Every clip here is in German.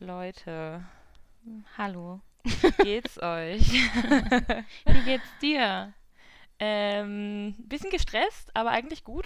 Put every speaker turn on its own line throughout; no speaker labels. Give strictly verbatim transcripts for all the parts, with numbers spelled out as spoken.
Leute,
Hallo.
wie geht's euch?
Wie geht's dir?
Ähm, bisschen gestresst, aber eigentlich gut.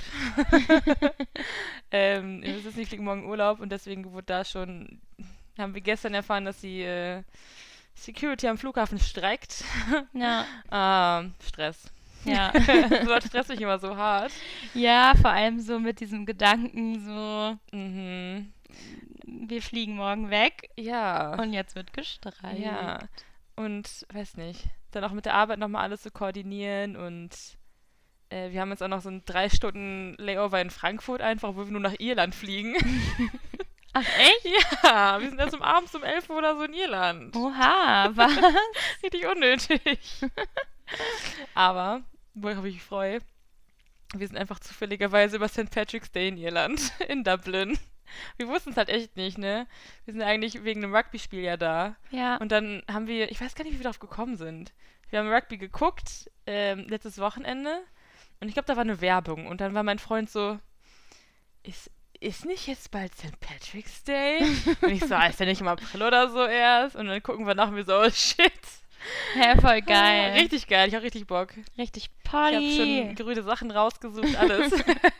ähm, ihr wisst es nicht, ich fliege morgen in Urlaub und deswegen wurde da schon, haben wir gestern erfahren, dass die äh, Security am Flughafen streikt.
Ja.
ähm, Stress.
Ja.
So stresst mich immer so hart.
Ja, vor allem so mit diesem Gedanken, so,
Mhm.
wir fliegen morgen weg
Ja.
und jetzt wird gestreikt.
Ja. Und, weiß nicht, dann auch mit der Arbeit nochmal alles zu koordinieren und äh, wir haben jetzt auch noch so ein drei Stunden Layover in Frankfurt einfach, wo wir nur nach Irland fliegen.
Ach, echt?
Ja, wir sind erst um abends um elf Uhr oder so in Irland.
Oha, was?
Richtig unnötig. Aber, wo ich mich freue, wir sind einfach zufälligerweise über Sankt Patrick's Day in Irland, in Dublin. Wir wussten es halt echt nicht, ne? Wir sind eigentlich wegen einem Rugby-Spiel ja da.
Ja.
Und dann haben wir, ich weiß gar nicht, wie wir darauf gekommen sind. Wir haben Rugby geguckt, ähm, letztes Wochenende. Und ich glaube, da war eine Werbung. Und dann war mein Freund so, ist, ist nicht jetzt bald Sankt Patrick's Day? Und ich so, ah, ist ja nicht im April oder so erst? Und dann gucken wir nach und wir so, oh shit.
Ja, voll geil.
Richtig geil, ich hab richtig Bock.
Richtig
Ich
Party.
habe schon grüne Sachen rausgesucht, alles.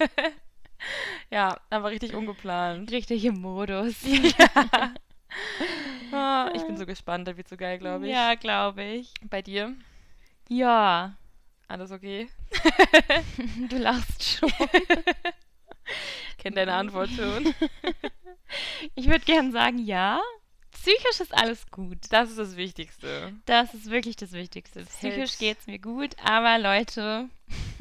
Ja, aber richtig ungeplant.
Richtig im Modus.
Ja. Oh, ich bin so gespannt, das wird so geil, glaube ich.
Ja, glaube ich.
Bei dir?
Ja.
Alles okay?
Du lachst schon.
Ich kenne deine Antwort schon.
Ich würde gern sagen, ja. Psychisch ist alles gut.
Das ist das Wichtigste.
Das ist wirklich das Wichtigste.
Das
Psychisch
hält.
geht's mir gut, aber Leute,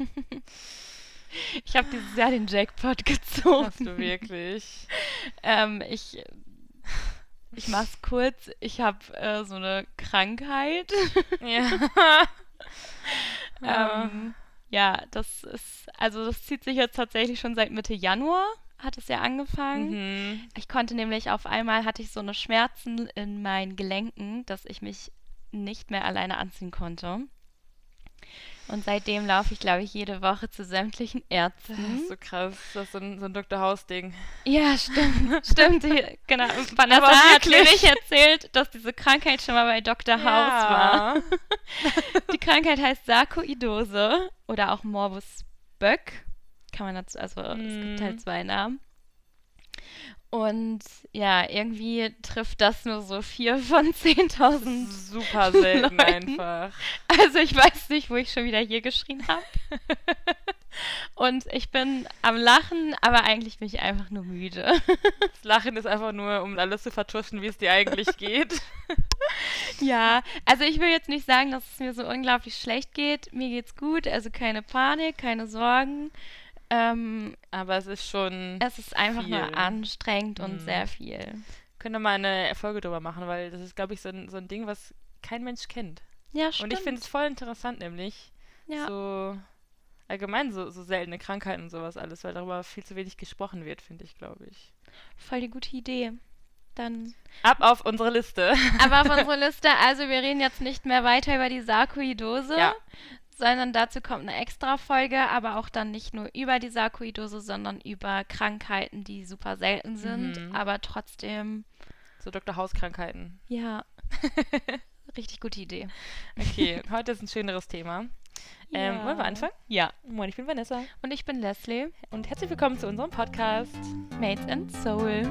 ich habe dieses Jahr den Jackpot gezogen.
Hast du wirklich?
ähm, ich ich mach's kurz. Ich habe äh, so eine Krankheit.
Ja.
ähm, ja, das ist, also das zieht sich jetzt tatsächlich schon seit Mitte Januar. Hat es ja angefangen.
Mhm.
Ich konnte nämlich auf einmal, hatte ich so eine Schmerzen in meinen Gelenken, dass ich mich nicht mehr alleine anziehen konnte. Und seitdem laufe ich, glaube ich, jede Woche zu sämtlichen
Das
Ärzten.
ist so krass. Das ist so ein, so ein Doktor House-Ding.
Ja, stimmt, stimmt. Die, genau. Vanessa
Aber
hat
wirklich?
nämlich erzählt, dass diese Krankheit schon mal bei Doktor House war.
Ja.
Die Krankheit heißt Sarkoidose oder auch Morbus Böck. Kann man dazu, also es gibt
Mhm.
halt zwei Namen. Und ja, irgendwie trifft das nur so vier von zehntausend.
Super selten
Leuten.
einfach.
Also ich weiß nicht, wo ich schon wieder hier geschrien habe. Und ich bin am Lachen, aber eigentlich bin ich einfach nur müde.
Das Lachen ist einfach nur, um alles zu vertuschen, wie es dir eigentlich geht.
Ja, also ich will jetzt nicht sagen, dass es mir so unglaublich schlecht geht. Mir geht's gut, also keine Panik, keine Sorgen. Ähm,
Aber es ist schon...
es ist einfach
viel.
nur anstrengend und
Mhm.
sehr viel.
Können wir mal eine Folge drüber machen, weil das ist, glaube ich, so ein, so ein Ding, was kein Mensch kennt.
Ja, stimmt.
Und ich finde es voll interessant, nämlich
ja.
so allgemein so, so seltene Krankheiten und sowas alles, weil darüber viel zu wenig gesprochen wird, finde ich, glaube ich.
Voll die gute Idee. Dann.
Ab auf unsere Liste.
Aber auf unsere Liste, also wir reden jetzt nicht mehr weiter über die Sarkoidose,
Ja.
sondern dazu kommt eine extra Folge, aber auch dann nicht nur über die Sarkoidose, sondern über Krankheiten, die super selten sind,
Mhm.
aber trotzdem,
So Doktor House-Krankheiten.
ja, richtig gute Idee.
Okay, heute ist ein schöneres Thema. Ähm,
Ja.
wollen wir anfangen?
Ja.
Moin, ich bin Vanessa.
Und ich bin Leslie,
Und herzlich willkommen zu unserem Podcast.
Mates and Soul.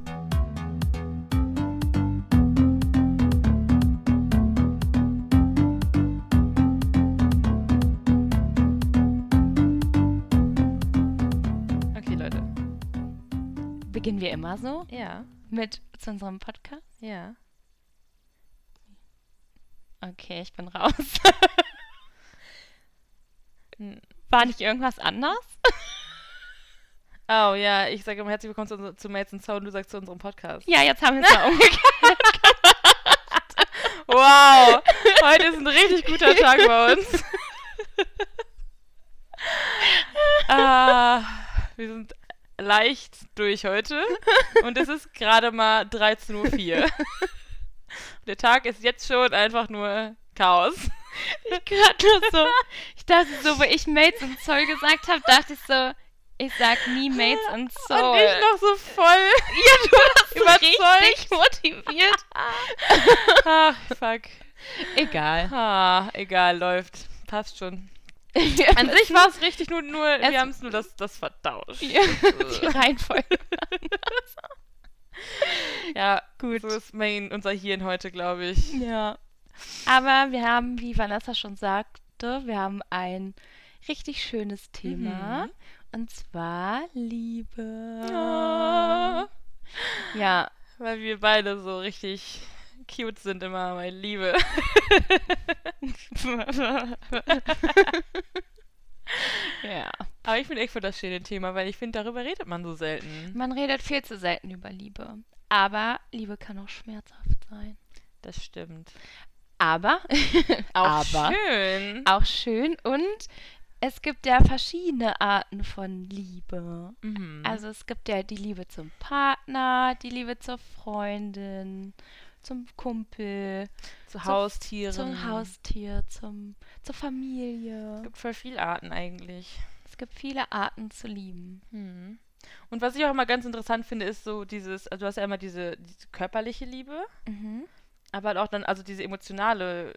Okay, Leute.
Beginnen wir immer so
Ja,
mit zu unserem Podcast?
ja.
Okay, ich bin raus.
Hm.
War nicht irgendwas anders?
Oh ja, ich sage immer herzlich willkommen zu, unser- zu Mates and Sound und du sagst zu unserem Podcast.
Ja, jetzt haben wir es mal umgekehrt.
Wow, heute ist ein richtig guter Tag bei uns. Ah, wir sind leicht durch heute und es ist gerade mal dreizehn Uhr vier. Der Tag ist jetzt schon einfach nur Chaos.
Ich gerade nur so, ich dachte so, wo ich Mates und Zoll gesagt habe, dachte ich so, Ich sag nie Mates and Soul.
Und ich noch so voll
Ja, du hast
überzeugt.
richtig motiviert.
Ach, fuck.
Egal.
Ah, egal, läuft. Passt schon.
Wir
An sich war es richtig, nur, nur
Es-
wir haben es nur das, das vertauscht.
Ja, die Reihenfolge.
Ja,
Gut.
so ist mein, unser Hirn heute, glaube ich.
Ja. Aber wir haben, wie Vanessa schon sagte, wir haben ein richtig schönes Thema.
Mhm.
Und zwar Liebe.
Ah,
Ja.
weil wir beide so richtig cute sind immer, meine Liebe.
Ja.
Aber ich finde echt für das schöne Thema, weil ich finde, darüber redet man so selten.
Man redet viel zu selten über Liebe. Aber Liebe kann auch schmerzhaft sein.
Das stimmt.
Aber,
Auch
aber
schön.
auch schön und es gibt ja verschiedene Arten von Liebe.
Mhm.
Also es gibt ja die Liebe zum Partner, die Liebe zur Freundin, zum Kumpel,
zu
zu-
Haustieren.
zum Haustier, zum, zur Familie.
Es gibt voll viele Arten eigentlich.
Es gibt viele Arten zu lieben.
Mhm. Und was ich auch immer ganz interessant finde, ist so dieses, also du hast ja immer diese, diese körperliche Liebe,
Mhm.
aber halt auch dann, also diese emotionale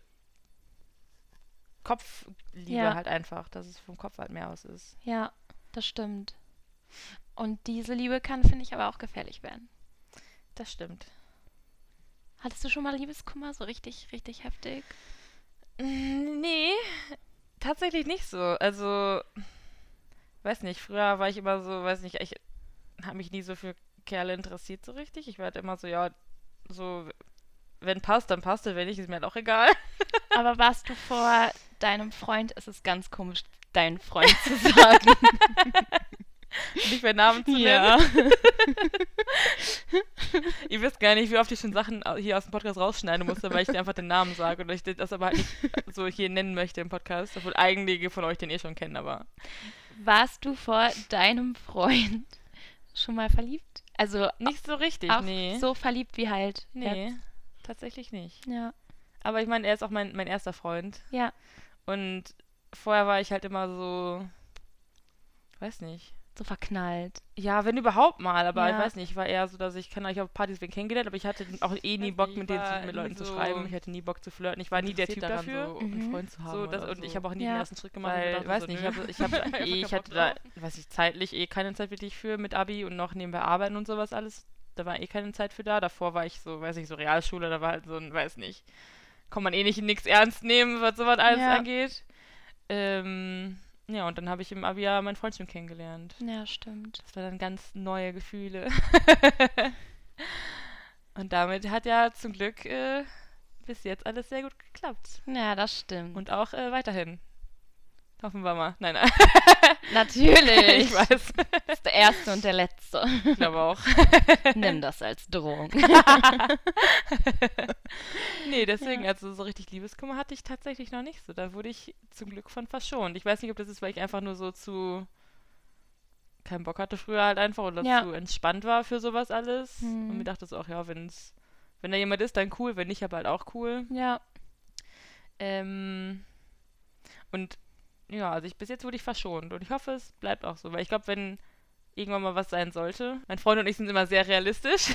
Kopfliebe
Ja.
halt einfach, dass es vom Kopf halt mehr aus ist.
Ja, das stimmt. Und diese Liebe kann, finde ich, aber auch gefährlich werden.
Das stimmt.
Hattest du schon mal Liebeskummer, so richtig, richtig heftig?
Mm, Nee, tatsächlich nicht so. Also, weiß nicht, früher war ich immer so, weiß nicht, ich habe mich nie so für Kerle interessiert so richtig. Ich war halt immer so, ja, so, wenn passt, dann passt, wenn nicht, ist mir halt auch egal.
Aber warst du vor deinem Freund, es ist ganz komisch, deinen Freund zu sagen.
Nicht mehr Namen zu nennen.
Ja.
Ihr wisst gar nicht, wie oft ich schon Sachen au- hier aus dem Podcast rausschneiden musste, weil ich dir einfach den Namen sage oder ich das aber halt nicht so hier nennen möchte im Podcast. Obwohl einige von euch den eh schon kennen, aber
Warst du vor deinem Freund schon mal verliebt? Also
nicht so richtig,
auch
nee.
so verliebt wie halt
nee,
jetzt.
tatsächlich nicht.
Ja.
Aber ich meine, er ist auch mein, mein erster Freund.
Ja.
Und vorher war ich halt immer so, weiß nicht.
So verknallt.
Ja, wenn überhaupt mal, aber
Ja.
ich weiß nicht, ich war eher so, dass ich kann euch auf Partys wen kennengelernt, aber ich hatte auch eh nie
Weiß
Bock
nicht,
mit
ich
denen
war
zu, mit Leuten
nie
zu
so
schreiben, ich hatte nie Bock zu flirten, ich war nie der Typ
interessiert daran,
dafür.
so einen
Mhm.
Freund zu haben.
So, das,
oder
und ich
so.
habe auch nie
Ja.
den ersten Schritt gemacht.
Weil,
und dachte
weiß
so,
nicht,
nö.
ich hab-
ich habe,
Einfach
eh, ich
keinen
hatte
Bock
da,
drauf.
weiß ich, zeitlich eh keine Zeit wirklich für mit Abi und noch nebenbei arbeiten und sowas alles. Da war eh keine Zeit für da. Davor war ich so, weiß ich, so Realschule, da war halt so ein, weiß nicht, kann man eh nicht nix ernst nehmen, was sowas alles
Ja.
angeht. Ähm, ja, und dann habe ich im Abi ja meinen Freund schon kennengelernt.
Ja, stimmt.
Das waren dann ganz neue Gefühle. Und damit hat ja zum Glück äh, bis jetzt alles sehr gut geklappt.
Ja, das stimmt.
Und auch äh, weiterhin. Hoffen wir mal. Nein, nein.
Natürlich.
Ich weiß.
Das ist der erste und der letzte.
Ich glaube auch.
Nimm das als Drohung.
Nee, deswegen, also so richtig Liebeskummer hatte ich tatsächlich noch nicht so. Da wurde ich zum Glück von verschont. Ich weiß nicht, ob das ist, weil ich einfach nur so zu keinen Bock hatte früher halt einfach oder
Ja.
zu entspannt war für sowas alles.
Mhm.
Und mir dachte so, ach ja, wenn's, wenn da jemand ist, dann cool, wenn nicht, aber halt auch cool.
Ja.
Ähm, und ja, also ich, bis jetzt wurde ich verschont und ich hoffe, es bleibt auch so, weil ich glaube, wenn irgendwann mal was sein sollte, mein Freund und ich sind immer sehr realistisch.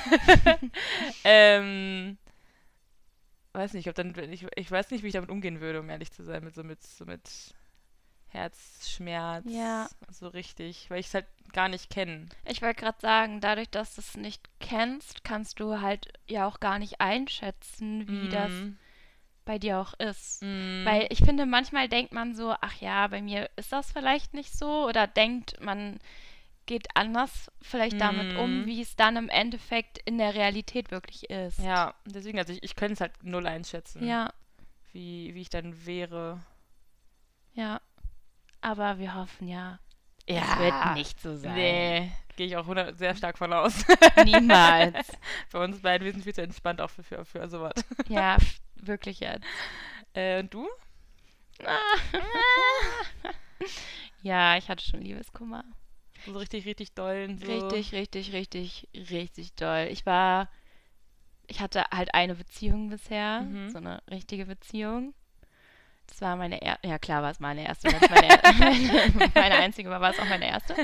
ähm, weiß nicht, ob dann, ich, ich weiß nicht, wie ich damit umgehen würde, um ehrlich zu sein, mit so mit, so mit Herzschmerz,
Ja.
so richtig, weil ich es halt gar nicht kenne.
Ich wollte gerade sagen, dadurch, dass du es nicht kennst, kannst du halt ja auch gar nicht einschätzen, wie das bei dir auch ist.
Mm.
Weil ich finde, manchmal denkt man so, ach ja, bei mir ist das vielleicht nicht so oder denkt, man geht anders vielleicht damit um,
Mhm.
wie es dann im Endeffekt in der Realität wirklich ist.
Ja, deswegen, also ich, ich könnte es halt null einschätzen,
Ja,
wie, wie ich dann wäre.
ja. Aber wir hoffen ja,
Ja,
es wird nicht so sein.
Nee, gehe ich auch hundert sehr stark von aus.
Niemals.
Bei uns beiden, wir sind viel zu entspannt auch für, für, für sowas.
Ja, f- wirklich jetzt.
Äh, und du?
Ja, ich hatte schon Liebeskummer.
So richtig, richtig doll. So.
Richtig, richtig, richtig, richtig doll. Ich war, ich hatte halt eine Beziehung bisher,
Mhm.
so eine richtige Beziehung. Das war meine erste, ja klar war es meine erste, wenn es meine, er- meine einzige war, war es auch meine erste.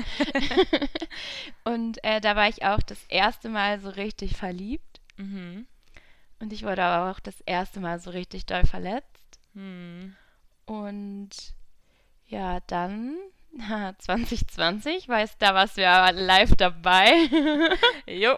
Und äh, da war ich auch das erste Mal so richtig verliebt.
Mhm.
Und ich wurde aber auch das erste Mal so richtig doll verletzt.
Hm.
Und ja, dann zwanzig zwanzig, weißt da warst du ja live dabei.
Jo.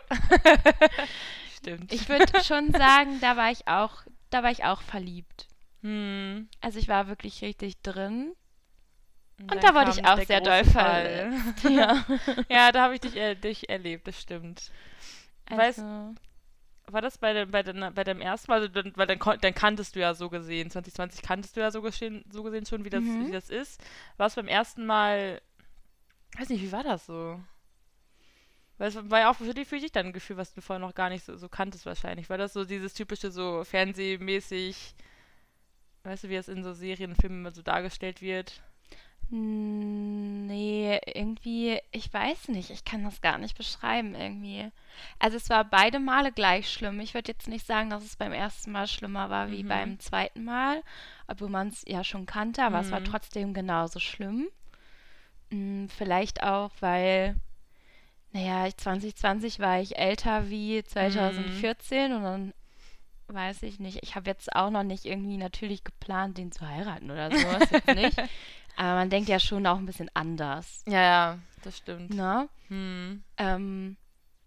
Stimmt.
Ich würde schon sagen, da war ich auch, da war ich auch verliebt.
Hm.
Also ich war wirklich richtig drin. Und
dann
da wurde
kam
ich auch
der
sehr
große
doll
Fall.
verletzt. Ja.
Ja, da habe ich dich, äh, dich erlebt, das stimmt. Weißt,
Also,
war das bei, dem, bei, den, bei dem ersten Mal, also dann, weil dann, kon- dann kanntest du ja so gesehen, zwanzig zwanzig kanntest du ja so, geschehen, so gesehen schon, wie das,
Mhm.
wie das ist. War es beim ersten Mal, weiß nicht, wie war das so? Weil es war ja auch für dich, für dich dann ein Gefühl, was du vorher noch gar nicht so, so kanntest wahrscheinlich. War das so dieses typische so fernsehmäßig, weißt du, wie es in so Serien, Filmen immer so dargestellt wird?
mm, nee, irgendwie, ich weiß nicht, ich kann das gar nicht beschreiben irgendwie. Also es war beide Male gleich schlimm. Ich würde jetzt nicht sagen, dass es beim ersten Mal schlimmer war wie
Mhm.
beim zweiten Mal, obwohl man es ja schon kannte, aber es war
Mhm.
trotzdem genauso schlimm. Mm, vielleicht auch, weil, naja, zwanzig zwanzig war ich älter wie zwanzig vierzehn und dann weiß ich nicht. Ich habe jetzt auch noch nicht irgendwie natürlich geplant, den zu heiraten oder sowas jetzt nicht. Aber man denkt ja schon auch ein bisschen anders.
Ja, ja, das stimmt.
Ne?
Hm.
Ähm,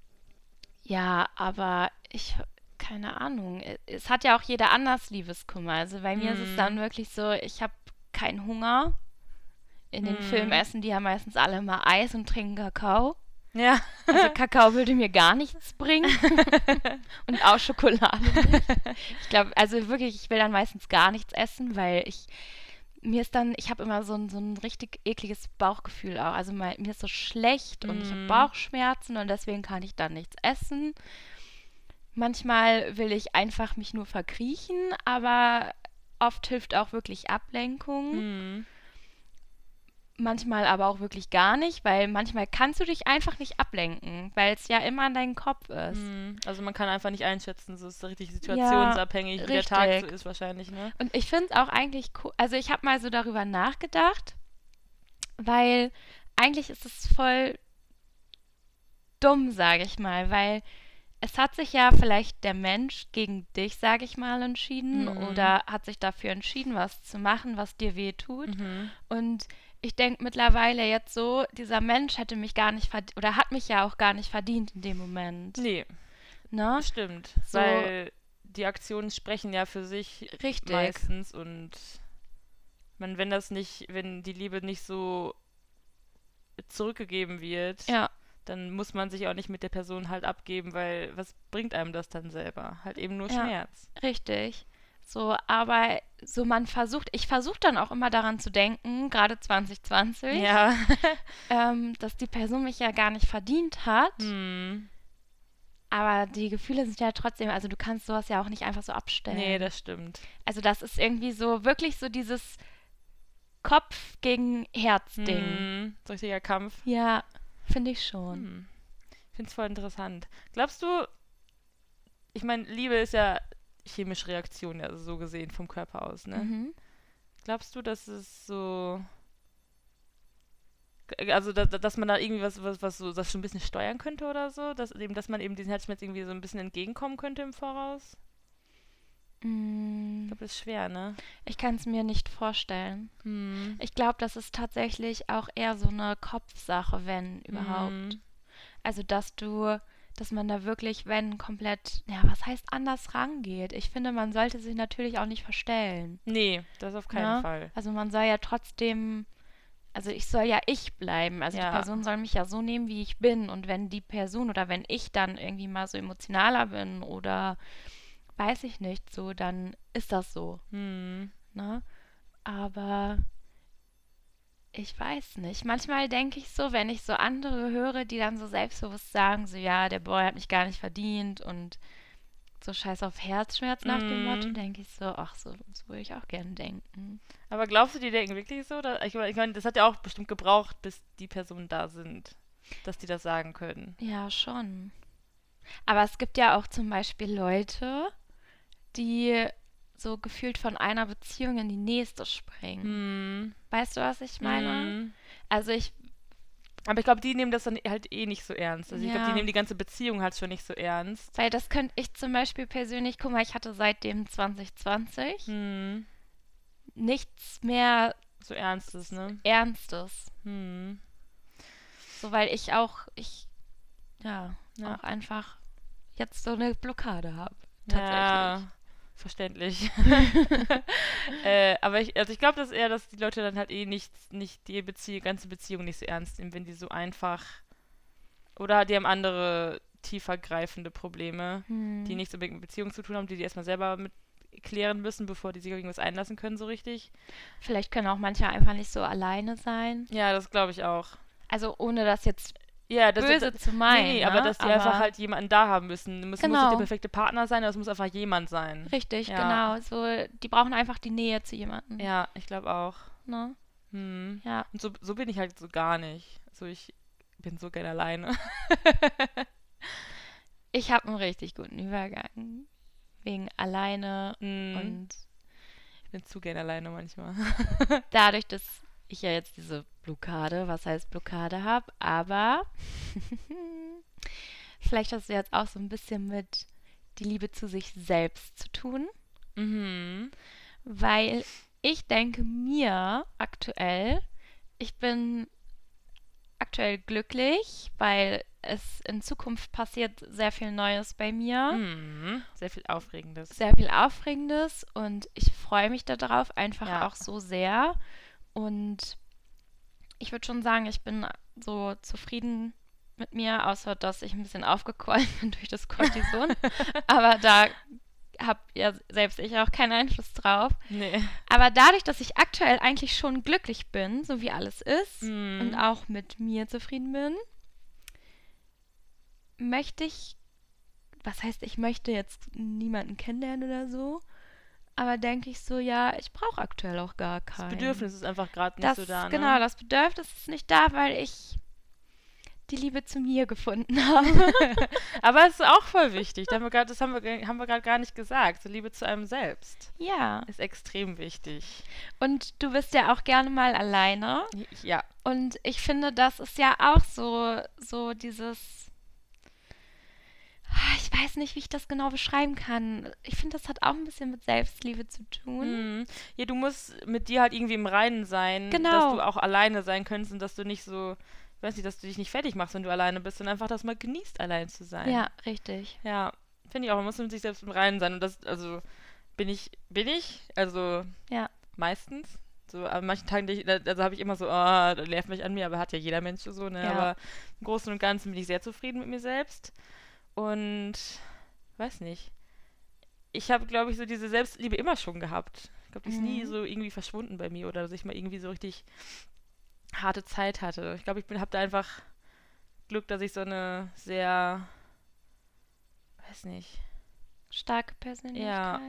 ja, aber ich, keine Ahnung. Es hat ja auch jeder anders Liebeskummer. Also bei mir ist es
Hm.
dann wirklich so, ich habe keinen Hunger. In den
Hm.
Filmen essen die ja meistens alle immer Eis und trinken Kakao.
Ja.
Also Kakao würde mir gar nichts bringen. Und auch Schokolade nicht. Ich glaube, also wirklich, ich will dann meistens gar nichts essen, weil ich, mir ist dann, ich habe immer so ein, so ein richtig ekliges Bauchgefühl auch. Also mein, mir ist so schlecht und ich habe
Mm.
Bauchschmerzen und deswegen kann ich dann nichts essen. Manchmal will ich einfach mich nur verkriechen, aber oft hilft auch wirklich Ablenkung.
Hm.
Manchmal aber auch wirklich gar nicht, weil manchmal kannst du dich einfach nicht ablenken, weil es ja immer an deinem Kopf ist.
Hm. Also man kann einfach nicht einschätzen, so ist richtig situationsabhängig, wie der Tag so
richtig.
ist wahrscheinlich, ne?
Und ich finde es auch eigentlich cool, also ich habe mal so darüber nachgedacht, weil eigentlich ist es voll dumm, sage ich mal, weil es hat sich ja vielleicht der Mensch gegen dich, sage ich mal, entschieden
Mhm.
oder hat sich dafür entschieden, was zu machen, was dir weh tut.
Mhm.
Und ich denke mittlerweile jetzt so, dieser Mensch hätte mich gar nicht verdient, oder hat mich ja auch gar nicht verdient in dem Moment.
Nee,
Ne?
stimmt.
So-
Weil die Aktionen sprechen ja für sich
Richtig.
meistens und man, wenn das nicht, wenn die Liebe nicht so zurückgegeben wird,
Ja,
dann muss man sich auch nicht mit der Person halt abgeben, weil was bringt einem das dann selber? Halt eben nur
Ja.
Schmerz.
richtig. So, aber so man versucht, ich versuche dann auch immer daran zu denken, gerade zwanzig zwanzig,
Ja.
ähm, dass die Person mich ja gar nicht verdient hat.
Hm.
Aber die Gefühle sind ja trotzdem, also du kannst sowas ja auch nicht einfach so abstellen.
Nee, das stimmt.
Also das ist irgendwie so, wirklich so dieses Kopf gegen Herz-Ding.
Hm. So richtiger Kampf.
Ja, finde ich schon.
Hm. Ich finde es voll interessant. Glaubst du, ich meine, Liebe ist ja chemische Reaktion, also so gesehen vom Körper aus, ne?
Mhm.
Glaubst du, dass es so, also dass, dass man da irgendwie was, was, was so, das schon ein bisschen steuern könnte oder so, dass eben, dass man eben diesen Herzschmerz irgendwie so ein bisschen entgegenkommen könnte im Voraus? Ich
Mm,
glaube, das ist schwer, ne?
Ich kann es mir nicht vorstellen.
Hm.
Ich glaube, das ist tatsächlich auch eher so eine Kopfsache, wenn überhaupt.
Hm.
Also, dass du, dass man da wirklich, wenn komplett, ja, was heißt anders rangeht? Ich finde, man sollte sich natürlich auch nicht verstellen.
Nee, das auf keinen
Ne?
Fall.
Also man soll ja trotzdem, also ich soll ja ich bleiben. Also
Ja.
die Person soll mich ja so nehmen, wie ich bin. Und wenn die Person oder wenn ich dann irgendwie mal so emotionaler bin oder weiß ich nicht so, dann ist das so.
Hm.
Ne? Aber ich weiß nicht. Manchmal denke ich so, wenn ich so andere höre, die dann so selbstbewusst sagen, so ja, der Boy hat mich gar nicht verdient und so scheiß auf Herzschmerz nach dem
Mm.
Motto, denke ich so, ach, so, so würde ich auch gerne denken.
Aber glaubst du, die denken wirklich so? Oder? Ich meine, ich mein, das hat ja auch bestimmt gebraucht, bis die Personen da sind, dass die das sagen können.
Ja, schon. Aber es gibt ja auch zum Beispiel Leute, die so gefühlt von einer Beziehung in die nächste springen.
Hm.
Weißt du, was ich meine?
Hm.
Also ich,
Aber ich glaube, die nehmen das dann halt eh nicht so ernst. Also ich glaube,
Ja.
die nehmen die ganze Beziehung halt schon nicht so ernst.
weil das könnte ich zum Beispiel persönlich, guck mal, ich hatte seitdem zwanzig zwanzig
Hm.
nichts mehr
So Ernstes, ne?
Ernstes.
Hm.
So, weil ich auch, ich, ja,
Ja.
auch einfach jetzt so eine Blockade habe.
Ja, verständlich. äh, aber ich, also ich glaube, dass eher, dass die Leute dann halt eh nicht, nicht die Bezie ganze Beziehung nicht so ernst nehmen, wenn die so einfach oder die haben andere tiefer greifende Probleme,
Hm.
die nichts unbedingt mit Beziehung zu tun haben, die die erstmal selber mit klären müssen, bevor die sich auf irgendwas einlassen können, so richtig.
Vielleicht können auch manche einfach nicht so alleine sein.
Ja, das glaube ich auch.
Also ohne das jetzt
Ja, das
böse
das,
zu meinen.
Nee, nee,
ne?
aber dass die einfach halt jemanden da haben müssen. Es muss
Genau.
nicht der perfekte Partner sein, aber es muss einfach jemand sein.
Richtig,
Ja.
genau. So, die brauchen einfach die Nähe zu jemandem.
Ja, ich glaube auch.
Ne?
Hm.
Ja.
Und so, so bin ich halt so gar nicht. So, ich bin so gerne alleine.
Ich habe einen richtig guten Übergang. Wegen alleine
Hm.
und
Ich bin zu gerne alleine manchmal.
dadurch, dass ich ja jetzt diese Blockade, was heißt Blockade habe, aber vielleicht hast du jetzt auch so ein bisschen mit die Liebe zu sich selbst zu tun,
Mhm.
weil ich denke mir aktuell, ich bin aktuell glücklich, weil es in Zukunft passiert sehr viel Neues bei mir.
Mhm. Sehr viel Aufregendes.
Sehr viel Aufregendes und ich freue mich darauf einfach
Ja.
auch so sehr. Und ich würde schon sagen, ich bin so zufrieden mit mir, außer dass ich ein bisschen aufgequollen bin durch das Cortison. Aber da habe ja selbst ich auch keinen Einfluss drauf.
Nee.
Aber dadurch, dass ich aktuell eigentlich schon glücklich bin, so wie alles ist,
Mhm.
und auch mit mir zufrieden bin, möchte ich, was heißt, ich möchte jetzt niemanden kennenlernen oder so, aber denke ich so, ja, ich brauche aktuell auch gar
Das
keinen.
Bedürfnis ist einfach gerade nicht
das,
so da, ne?
Genau, das Bedürfnis ist nicht da, weil ich die Liebe zu mir gefunden habe.
Aber es ist auch voll wichtig. Da haben wir grad, das haben wir, ge- haben wir gerade gar nicht gesagt. So Liebe zu einem selbst
Ja,
ist extrem wichtig.
und du bist ja auch gerne mal alleine.
Ich, ja.
Und ich finde, das ist ja auch so, so dieses, ich weiß nicht, wie ich das genau beschreiben kann. Ich finde, das hat auch ein bisschen mit Selbstliebe zu tun.
Mhm. Ja, du musst mit dir halt irgendwie im Reinen sein,
Genau.
dass du auch alleine sein könntest und dass du nicht so, ich weiß nicht, dass du dich nicht fertig machst, wenn du alleine bist und einfach das mal genießt, allein zu sein.
Ja, richtig.
Ja, finde ich auch. Man muss mit sich selbst im Reinen sein und das, also bin ich, bin ich, also
Ja.
meistens. So, an manchen Tagen, die ich- da- also habe ich immer so, oh, da nervt mich an mir, aber hat ja jeder Mensch so, ne?
Ja.
Aber im Großen und Ganzen bin ich sehr zufrieden mit mir selbst. Und weiß nicht. Ich habe, glaube ich, so diese Selbstliebe immer schon gehabt. Ich glaube, die ist nie
Mhm.
so irgendwie verschwunden bei mir oder dass ich mal irgendwie so richtig harte Zeit hatte. Ich glaube, ich habe da einfach Glück, dass ich so eine sehr, weiß nicht,
Starke Persönlichkeit.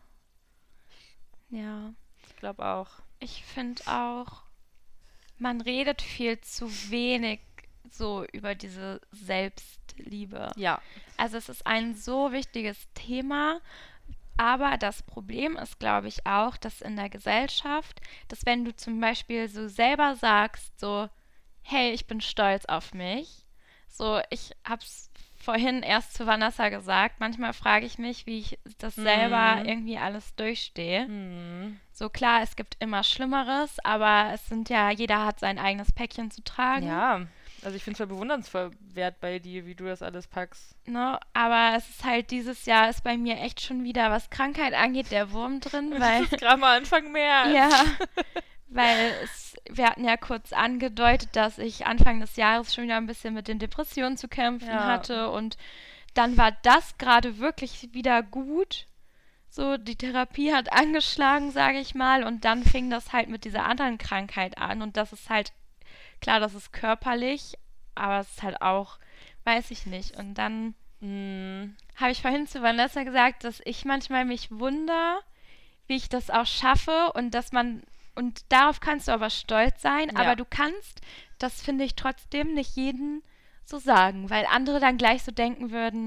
Ja.
ich glaube auch.
Ich finde auch, man redet viel zu wenig so über diese Selbstliebe.
Ja.
Also es ist ein so wichtiges Thema, aber das Problem ist, glaube ich, auch, dass in der Gesellschaft, dass wenn du zum Beispiel so selber sagst, so, hey, ich bin stolz auf mich, so, ich hab's vorhin erst zu Vanessa gesagt, manchmal frage ich mich, wie ich das selber
Mhm.
irgendwie alles durchstehe.
Hm.
So klar, es gibt immer Schlimmeres, aber es sind ja, jeder hat sein eigenes Päckchen zu tragen.
Ja. Also ich finde es voll bewundernsvoll wert bei dir, wie du das alles packst.
Ne? Aber es ist halt, dieses Jahr ist bei mir echt schon wieder, was Krankheit angeht, der Wurm drin, weil,
Das ist gerade mal Anfang März.
ja, weil es, wir hatten ja kurz angedeutet, dass ich Anfang des Jahres schon wieder ein bisschen mit den Depressionen zu kämpfen
Ja.
hatte und dann war das gerade wirklich wieder gut. So, die Therapie hat angeschlagen, sage ich mal, und dann fing das halt mit dieser anderen Krankheit an und das ist halt, klar, das ist körperlich, aber es ist halt auch, weiß ich nicht. Und dann
Hm.
habe ich vorhin zu Vanessa gesagt, dass ich manchmal mich wundere, wie ich das auch schaffe und dass man, und darauf kannst du aber stolz sein,
Ja.
aber du kannst, das finde ich trotzdem nicht jeden so sagen, weil andere dann gleich so denken würden,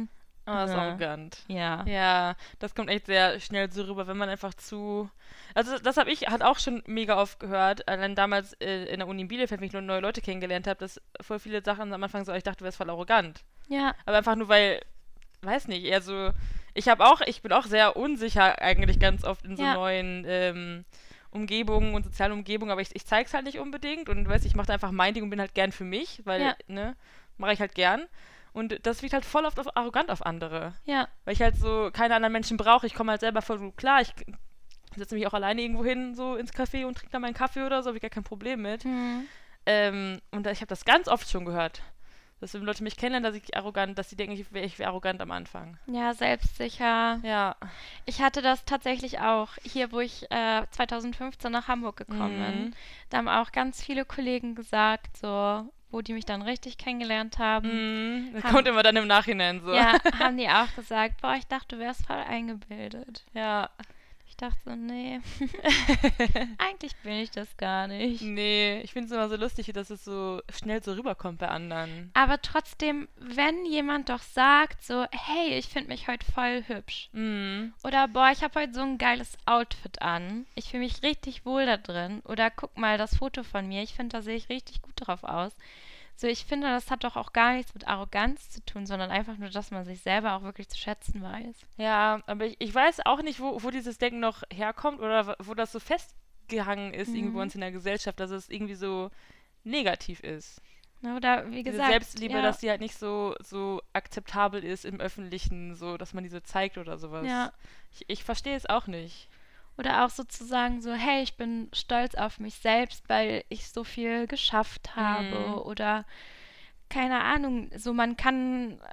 Aber das ist
Äh,
arrogant.
Ja.
Ja, das kommt echt sehr schnell so rüber, wenn man einfach zu... Also das habe ich halt auch schon mega oft gehört, allein damals äh, in der Uni in Bielefeld, wenn ich nur neue Leute kennengelernt habe, dass voll viele Sachen am Anfang so, ich dachte, du wärst voll arrogant.
Ja.
Aber einfach nur, weil, weiß nicht, eher so... Ich habe auch, ich bin auch sehr unsicher eigentlich ganz oft in so
Ja.
neuen ähm, Umgebungen und sozialen Umgebungen, aber ich, ich zeige es halt nicht unbedingt und weiß, ich mache da einfach mein Ding und bin halt gern für mich, weil,
Ja.
ne, mache ich halt gern. Und das wirkt halt voll oft auf, arrogant auf andere.
Ja.
Weil ich halt so keine anderen Menschen brauche. Ich komme halt selber voll gut klar. Ich setze mich auch alleine irgendwo hin, so ins Café und trinke da meinen Kaffee oder so, habe ich gar kein Problem mit.
Hm.
Ähm, und da, ich habe das ganz oft schon gehört. Dass wenn Leute mich kennenlernen, dass ich arrogant, dass sie denken, ich wäre ich wär arrogant am Anfang.
Ja, selbstsicher.
Ja.
Ich hatte das tatsächlich auch hier, wo ich äh, zwanzig fünfzehn nach Hamburg gekommen bin.
Mhm.
Da haben auch ganz viele Kollegen gesagt, so, wo die mich dann richtig kennengelernt haben.
Mhm. Das
Haben-
kommt immer dann im Nachhinein so.
Ja, haben die auch gesagt, boah, ich dachte, du wärst voll eingebildet.
Ja.
Ich dachte so, nee, eigentlich bin ich das gar nicht.
Nee, ich finde es immer so lustig, dass es so schnell so rüberkommt bei anderen.
Aber trotzdem, wenn jemand doch sagt, so, hey, ich finde mich heute voll hübsch.
Mhm.
Oder, boah, ich habe heute so ein geiles Outfit an. Ich fühle mich richtig wohl da drin. Oder guck mal das Foto von mir. Ich finde, da sehe ich richtig gut drauf aus. So, ich finde, das hat doch auch gar nichts mit Arroganz zu tun, sondern einfach nur, dass man sich selber auch wirklich zu schätzen weiß.
Ja, aber ich, ich weiß auch nicht, wo, wo dieses Denken noch herkommt oder w- wo das so festgehangen ist
Mhm.
irgendwo bei uns in der Gesellschaft, dass es irgendwie so negativ ist.
Ne, Oder wie
Diese
gesagt,
Selbstliebe,
ja,
dass die halt nicht so, so akzeptabel ist im Öffentlichen, so, dass man diese zeigt oder sowas.
ja.
Ich, ich verstehe es auch nicht.
Oder auch sozusagen so, hey, ich bin stolz auf mich selbst, weil ich so viel geschafft habe.
Mhm.
Oder keine Ahnung, so man kann ähm,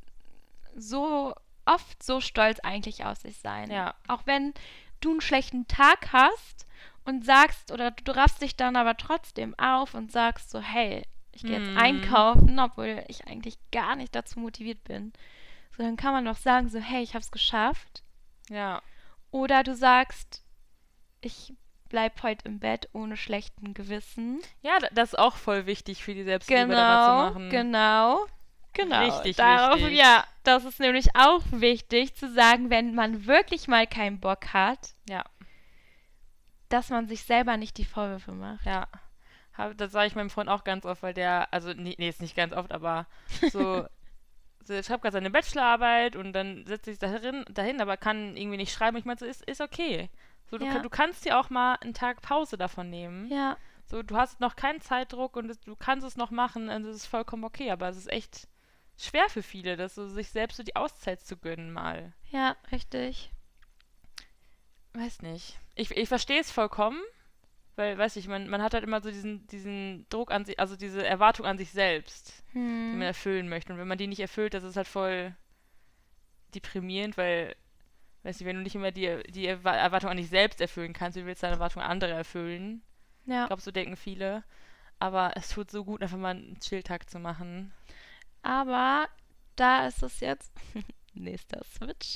so oft so stolz eigentlich auf sich sein.
Ja.
Auch wenn du einen schlechten Tag hast und sagst, oder du raffst dich dann aber trotzdem auf und sagst so, hey, ich gehe jetzt
Mhm.
einkaufen, obwohl ich eigentlich gar nicht dazu motiviert bin. So, dann kann man doch sagen so, hey, ich habe es geschafft.
Ja.
Oder du sagst, ich bleib heute im Bett ohne schlechten Gewissen.
Ja, da- das ist auch voll wichtig für die Selbstliebe da mal
Genau,
zu machen.
genau, genau.
Richtig
Darauf,
wichtig.
Ja, das ist nämlich auch wichtig zu sagen, wenn man wirklich mal keinen Bock hat,
Ja.
dass man sich selber nicht die Vorwürfe macht.
Ja. Hab, das sage ich meinem Freund auch ganz oft, weil der, also nee, nee jetzt nicht ganz oft, aber so, so er schreibt gerade seine Bachelorarbeit und dann setzt sich dahin, dahin, aber kann irgendwie nicht schreiben. Ich meine, so ist, ist okay. So, du,
Ja.
kann, du kannst dir auch mal einen Tag Pause davon nehmen.
Ja,
So, du hast noch keinen Zeitdruck und es, du kannst es noch machen und es ist vollkommen okay, aber es ist echt schwer für viele, das so sich selbst so die Auszeit zu gönnen mal.
ja, richtig.
Weiß nicht. Ich, ich verstehe es vollkommen, weil, weiß ich, man, man hat halt immer so diesen, diesen Druck an sich, also diese Erwartung an sich selbst, die man
Hm.
erfüllen möchte. Und wenn man die nicht erfüllt, das ist halt voll deprimierend, weil, weiß nicht, wenn du nicht immer die, die Erwa- Erwartung an dich selbst erfüllen kannst, wie willst du deine Erwartung an andere erfüllen? Ich
Ja,
glaube, so denken viele. Aber es tut so gut, einfach mal einen Chilltag zu machen.
aber da ist es jetzt nächster Switch.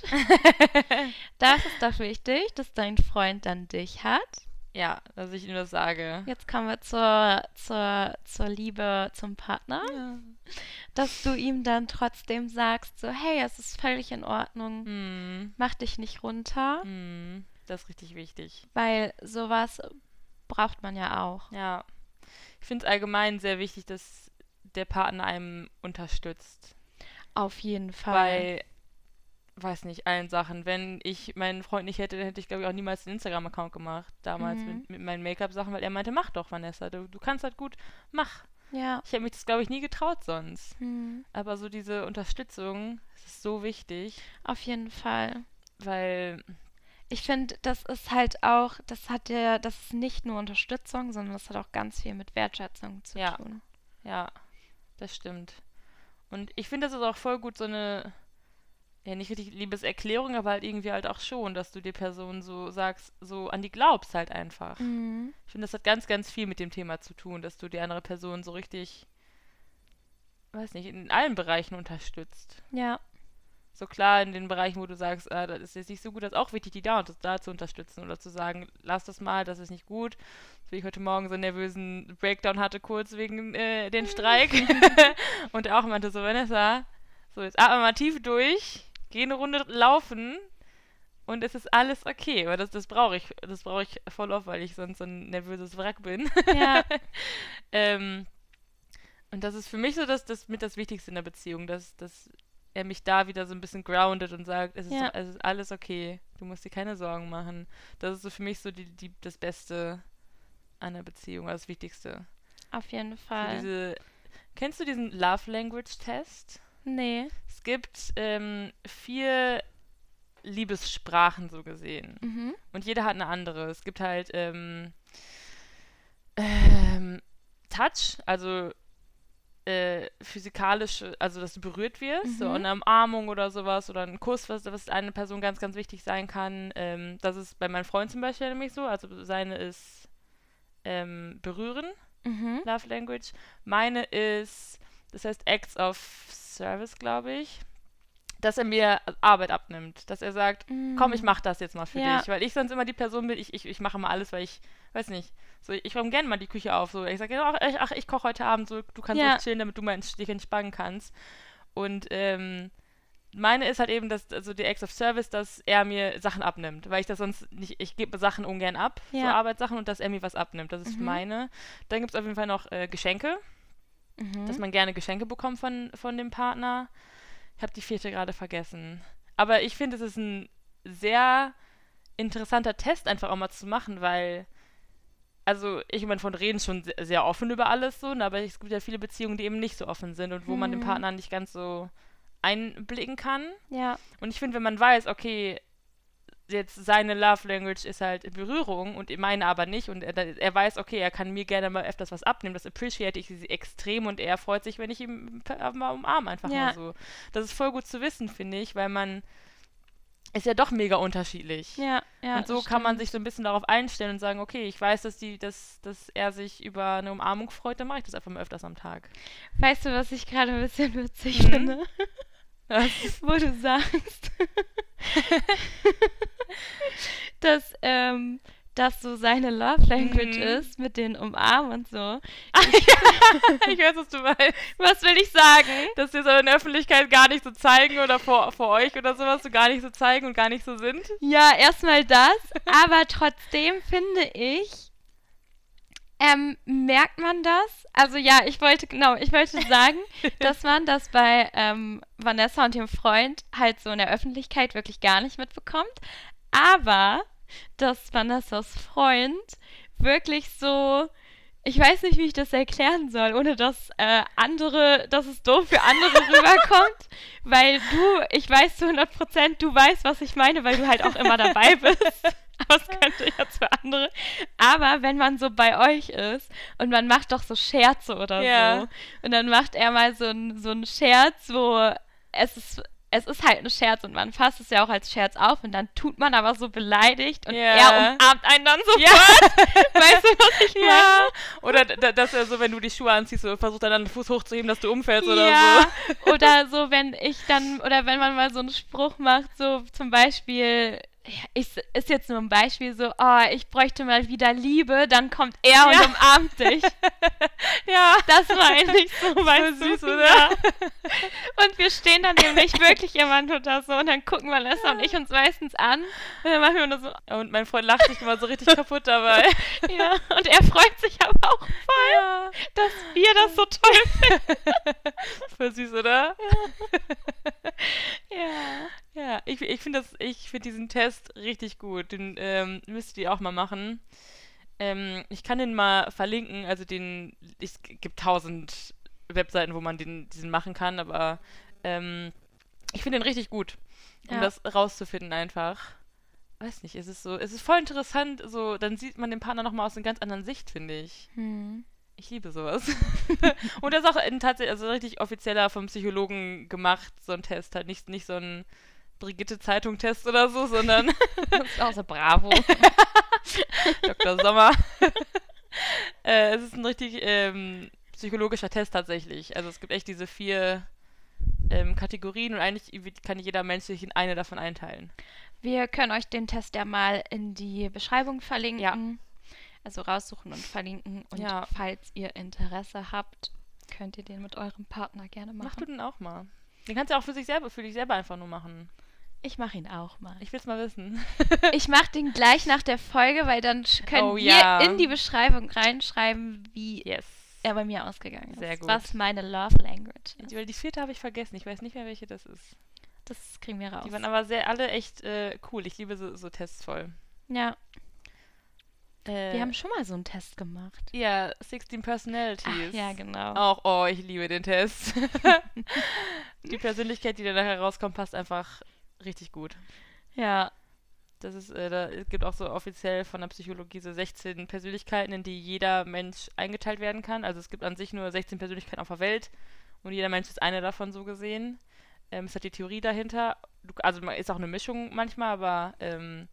Da ist es doch wichtig, dass dein Freund dann dich hat.
Ja, dass ich ihm das sage.
Jetzt kommen wir zur, zur, zur Liebe zum Partner.
Ja.
Dass du ihm dann trotzdem sagst, so, hey, es ist völlig in Ordnung,
Hm.
mach dich nicht runter,
Hm. Das ist richtig wichtig.
weil sowas braucht man ja auch.
Ja. Ich finde es allgemein sehr wichtig, dass der Partner einem unterstützt.
Auf jeden Fall.
Bei, weiß nicht, allen Sachen. Wenn ich meinen Freund nicht hätte, dann hätte ich, glaube ich, auch niemals einen Instagram-Account gemacht. Damals
Mhm.
mit, mit meinen Make-up-Sachen, weil er meinte, mach doch, Vanessa. Du, du kannst halt gut, mach.
Ja.
Ich hätte mich das, glaube ich, nie getraut sonst.
Hm.
Aber so diese Unterstützung, das ist so wichtig,
Auf jeden Fall.
weil,
Ich finde, das ist halt auch, das hat ja, das ist nicht nur Unterstützung, sondern das hat auch ganz viel mit Wertschätzung zu
Ja.
tun.
ja, das stimmt. Und ich finde, das ist auch voll gut so eine, ja, nicht richtig Liebeserklärung, aber halt irgendwie halt auch schon, dass du der Person so sagst, so an die glaubst halt einfach.
Mhm.
Ich finde, das hat ganz, ganz viel mit dem Thema zu tun, dass du die andere Person so richtig, weiß nicht, in allen Bereichen unterstützt.
Ja.
So klar in den Bereichen, wo du sagst, ah, das ist jetzt nicht so gut, das ist auch wichtig, die da und das da zu unterstützen oder zu sagen, lass das mal, das ist nicht gut. Wie ich heute Morgen so einen nervösen Breakdown hatte, kurz wegen äh, den Streik. Und er auch meinte so, Vanessa, So, jetzt atmen wir mal tief durch, gehen eine Runde laufen und es ist alles okay. Aber das, das brauche ich, das brauche ich voll oft, weil ich sonst so ein nervöses Wrack bin.
Ja.
ähm, und das ist für mich so das, das mit das Wichtigste in der Beziehung, dass, dass er mich da wieder so ein bisschen groundet und sagt, es ist,
Ja.
doch, es ist alles okay, du musst dir keine Sorgen machen. Das ist so für mich so die, die, das Beste an der Beziehung, das Wichtigste.
Auf jeden
So
Fall.
diese, kennst du diesen Love Language Test?
Nee.
Es gibt ähm, vier Liebessprachen so gesehen.
Mhm.
Und jeder hat eine andere. Es gibt halt ähm, ähm, Touch, also äh, physikalische, also dass du berührt wirst,
Mhm.
so eine Umarmung oder sowas oder ein Kuss, was, was eine Person ganz, ganz wichtig sein kann. Ähm, das ist bei meinem Freund zum Beispiel nämlich so. Also seine ist ähm, berühren,
Mhm.
Love Language. Meine ist, das heißt Acts of Service, glaube ich, dass er mir Arbeit abnimmt. Dass er sagt,
Mhm.
komm, ich mach das jetzt mal für
Ja.
dich. Weil ich sonst immer die Person bin, ich, ich, ich mache mal alles, weil ich, weiß nicht, so, ich räume gerne mal die Küche auf. So. Ich sage, ach, ich, ach, ich koche heute Abend, so, du kannst
Ja.
ruhig chillen, damit du mal ents- dich entspannen kannst. Und ähm, meine ist halt eben, dass, also die Acts of Service, dass er mir Sachen abnimmt. Weil ich das sonst nicht, ich gebe Sachen ungern ab, so
Ja.
Arbeitssachen, und dass er mir was abnimmt. Das ist
Mhm.
meine. Dann gibt es auf jeden Fall noch äh, Geschenke,
Mhm.
dass man gerne Geschenke bekommt von, von dem Partner. Ich habe die vierte gerade vergessen. Aber ich finde, es ist ein sehr interessanter Test, einfach auch mal zu machen, weil, also ich meine, von reden schon se- sehr offen über alles so, ne, aber es gibt ja viele Beziehungen, die eben nicht so offen sind und wo man den
Mhm.
Partner nicht ganz so einblicken kann.
Ja.
Und ich finde, wenn man weiß, okay, jetzt seine Love Language ist halt Berührung und meine aber nicht, und er, er weiß, okay, er kann mir gerne mal öfters was abnehmen, das appreciate ich extrem, und er freut sich, wenn ich ihn p- mal umarme, einfach
Ja.
mal so. Das ist voll gut zu wissen, finde ich, weil man ist ja doch mega unterschiedlich.
Ja. Ja.
Und so
das
kann man
stimmt.
sich so ein bisschen darauf einstellen und sagen, okay, ich weiß, dass, die, dass, dass er sich über eine Umarmung freut, dann mache ich das einfach mal öfters am Tag.
Weißt du, was ich gerade ein bisschen witzig
Mhm.
finde?
Das,
Wo du sagst, dass, ähm, dass so seine Love Language
Mhm.
ist mit den Umarmen und so.
ich weiß, was du meinst.
Was will ich sagen?
Dass wir so in der Öffentlichkeit gar nicht so zeigen oder vor, vor euch oder sowas so gar nicht so zeigen und gar nicht so sind.
Ja, erstmal das, aber trotzdem finde ich, ähm, merkt man das? Also ja, ich wollte, genau, ich wollte sagen, dass man das bei ähm, Vanessa und ihrem Freund halt so in der Öffentlichkeit wirklich gar nicht mitbekommt, aber dass Vanessas Freund wirklich so, ich weiß nicht, wie ich das erklären soll, ohne dass äh, andere, dass es doof für andere rüberkommt, weil du, ich weiß zu hundert Prozent, du weißt, was ich meine, weil du halt auch immer dabei bist. Aber es könnte jetzt für andere. Aber wenn man so bei euch ist und man macht doch so Scherze oder
Ja.
so, und dann macht er mal so einen so einen Scherz, wo es ist es ist halt ein Scherz und man fasst es ja auch als Scherz auf und dann tut man aber so beleidigt und
Ja.
er umarmt einen dann sofort.
Ja.
Weißt du, was ich meine?
Ja. Oder d- d- dass er so, wenn du die Schuhe anziehst, so versucht er dann den Fuß hochzuheben, dass du umfällst oder
Ja,
so.
oder so, wenn ich dann, oder wenn man mal so einen Spruch macht, so zum Beispiel, ja, ich, ist jetzt nur ein Beispiel, so, oh, ich bräuchte mal wieder Liebe, dann kommt er und
Ja.
umarmt dich.
Ja.
Das war eigentlich so, weißt du.
süß, oder?
Ja. Und wir stehen dann nämlich wirklich jemand oder so und dann gucken Vanessa und ich uns meistens an und dann machen wir nur so,
Und mein Freund lacht sich immer so richtig kaputt dabei.
ja, und er freut sich aber auch voll,
Ja.
dass wir das so toll finden.
Voll süß, oder?
Ja.
Ja, ich, ich finde das, ich finde diesen Test richtig gut. Den ähm, müsst ihr auch mal machen. Ähm, ich kann den mal verlinken. Also den, es gibt tausend Webseiten, wo man den, diesen machen kann, aber ähm, ich finde den richtig gut, um
Ja.
das rauszufinden einfach. Weiß nicht, es ist so, es ist voll interessant, so, dann sieht man den Partner nochmal aus einer ganz anderen Sicht, finde ich.
Hm.
Ich liebe sowas. Und das ist auch ein tatsächlich, also richtig offizieller vom Psychologen gemacht, so ein Test. Halt nicht, nicht so ein Brigitte-Zeitung-Test oder so, sondern
Das ist auch so bravo.
Doktor Sommer. äh, es ist ein richtig ähm, psychologischer Test tatsächlich. Also es gibt echt diese vier ähm, Kategorien und eigentlich kann jeder Mensch sich in eine davon einteilen.
Wir können euch den Test ja mal in die Beschreibung verlinken.
Ja.
Also raussuchen und verlinken. Und
Ja.
falls ihr Interesse habt, könnt ihr den mit eurem Partner gerne
Mach du
machen.
den auch mal. Den kannst du auch für sich selber, für dich selber einfach nur machen.
Ich mache ihn auch mal.
Ich will's mal wissen.
Ich mache den gleich nach der Folge, weil dann können
Oh,
wir
ja.
in die Beschreibung reinschreiben, wie
Yes.
er bei mir ausgegangen ist.
Sehr gut.
Was meine Love Language ist.
Die, die vierte habe ich vergessen. Ich weiß nicht mehr, welche das ist.
Das kriegen wir raus.
Die waren aber sehr alle echt äh, cool. Ich liebe so, so Tests voll.
Ja,
Äh,
wir haben schon mal so einen Test gemacht.
ja, sechzehn Personalities.
Ach, ja, genau.
Auch, oh, ich liebe den Test. Die Persönlichkeit, die da nachher rauskommt, passt einfach richtig gut.
Ja,
Das ist, äh, da, es gibt auch so offiziell von der Psychologie so sechzehn Persönlichkeiten, in die jeder Mensch eingeteilt werden kann. Also es gibt an sich nur sechzehn Persönlichkeiten auf der Welt und jeder Mensch ist eine davon so gesehen. Ähm, es hat die Theorie dahinter. Du, also man ist auch eine Mischung manchmal, aber ähm,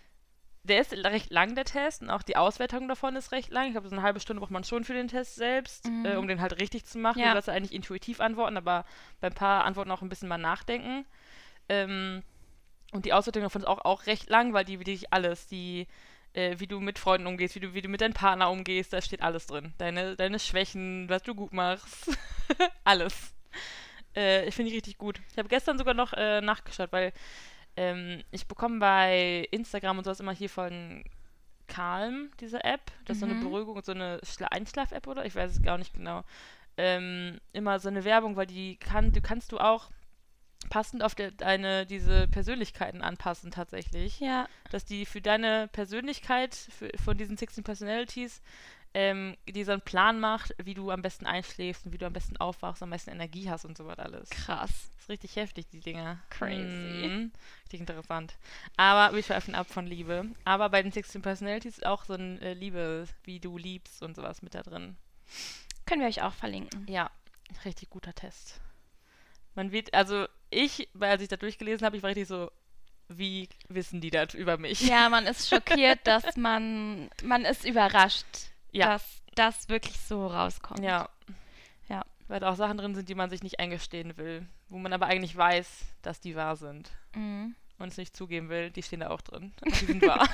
der ist recht lang, der Test, und auch die Auswertung davon ist recht lang. Ich glaube, so eine halbe Stunde braucht man schon für den Test selbst,
Mhm.
äh, um den halt richtig zu machen.
Ja.
Du sollst eigentlich intuitiv antworten, aber bei ein paar Antworten auch ein bisschen mal nachdenken. Ähm, und die Auswertung davon ist auch, auch recht lang, weil die wirklich alles, die, äh, wie du mit Freunden umgehst, wie du, wie du mit deinem Partner umgehst, da steht alles drin. Deine, deine Schwächen, was du gut machst, alles. Äh, ich finde die richtig gut. Ich habe gestern sogar noch äh, nachgeschaut, weil ähm, ich bekomme bei Instagram und sowas immer hier von Calm, diese App, das ist so eine
Mhm.
Beruhigung und so eine Schla- Einschlaf-App, oder? Ich weiß es gar nicht genau. Ähm, immer so eine Werbung, weil die kann, du kannst du auch passend auf de, deine, diese Persönlichkeiten anpassen tatsächlich.
ja,
Dass die für deine Persönlichkeit, für, von diesen sechzehn Personalities, ähm, die so einen Plan macht, wie du am besten einschläfst und wie du am besten aufwachst, am meisten Energie hast und so was alles.
krass.
Das ist richtig heftig, die Dinger.
Crazy.
Mhm. Richtig interessant. Aber wir schweifen ab von Liebe. Aber bei den sechzehn Personalities ist auch so ein äh, Liebe, wie du liebst und sowas mit da drin.
Können wir euch auch verlinken.
Ja, richtig guter Test. Man wird, also ich, weil als ich da durchgelesen habe, ich war richtig so, wie wissen die das über mich?
Ja, man ist schockiert, dass man, man ist überrascht,
Ja.
dass das wirklich so rauskommt.
Ja.
Ja.
Weil da auch Sachen drin sind, die man sich nicht eingestehen will, wo man aber eigentlich weiß, dass die wahr sind
Mhm.
und es nicht zugeben will, die stehen da auch drin. Und die sind wahr.